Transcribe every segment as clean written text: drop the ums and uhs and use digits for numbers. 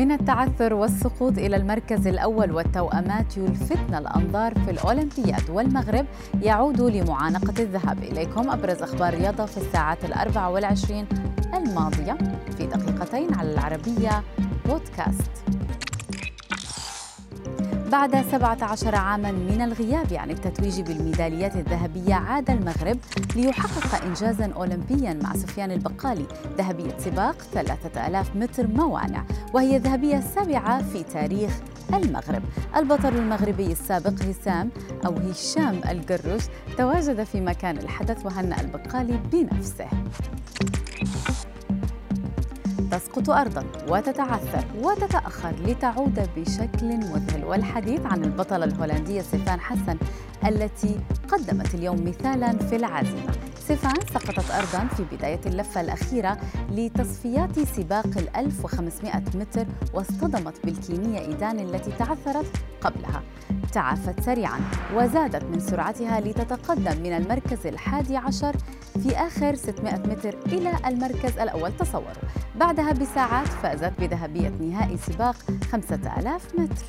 من التعثر والسقوط إلى المركز الأول والتوأمات يلفتن الأنظار في الأولمبياد، والمغرب يعود لمعانقة الذهب. إليكم أبرز أخبار الرياضة في الساعات 24 الماضية في دقيقتين على العربية بودكاست. بعد 17 عاماً من الغياب عن التتويج بالميداليات الذهبية، عاد المغرب ليحقق إنجازاً أولمبياً مع سفيان البقالي، ذهبية سباق 3000 متر موانع، وهي الذهبية السابعة في تاريخ المغرب. البطل المغربي السابق هشام القروش تواجد في مكان الحدث وهنأ البقالي بنفسه. تسقط أرضاً وتتعثر وتتأخر لتعود بشكل مذهل، والحديث عن البطلة الهولندية سيفان حسن التي قدمت اليوم مثالاً في العزيمة. سيفان سقطت أرضاً في بداية اللفة الأخيرة لتصفيات سباق 1500 متر، واصطدمت بالكينية إيدان التي تعثرت قبلها. تعافت سريعاً وزادت من سرعتها لتتقدم من المركز 11 في آخر 600 متر إلى المركز الأول. تصوروا، بعدها بساعات فازت بذهبية نهائي سباق 5000 متر.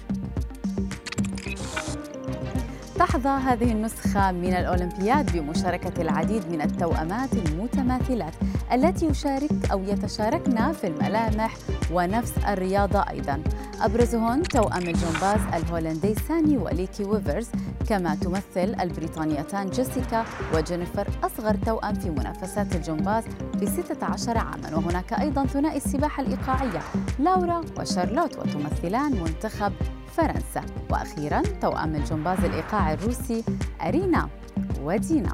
تحظى هذه النسخة من الأولمبياد بمشاركة العديد من التوأمات المتماثلات التي يتشاركن في الملامح ونفس الرياضة أيضاً. أبرزهن توأم الجمباز الهولندي ساني وليكي ويفرز، كما تمثل البريطانيتان جيسيكا وجينيفر أصغر توأم في منافسات الجمباز ب16 عاماً. وهناك أيضاً ثنائي السباحة الإيقاعية لورا وشارلوت، وتمثلان منتخب فرنسا. وأخيراً توأم الجمباز الإيقاعي الروسي أرينا ودينا.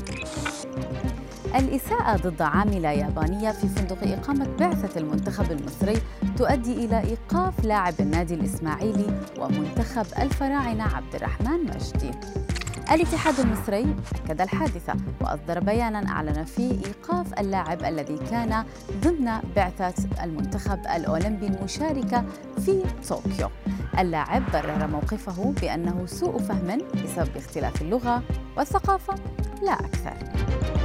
الإساءة ضد عاملة يابانية في فندق إقامة بعثة المنتخب المصري تؤدي إلى إيقاف لاعب النادي الإسماعيلي ومنتخب الفراعنة عبد الرحمن مجدي. الاتحاد المصري أكد الحادثة وأصدر بياناً أعلن فيه إيقاف اللاعب الذي كان ضمن بعثة المنتخب الأولمبي المشاركة في طوكيو. اللاعب برر موقفه بأنه سوء فهم بسبب اختلاف اللغة والثقافة لا أكثر.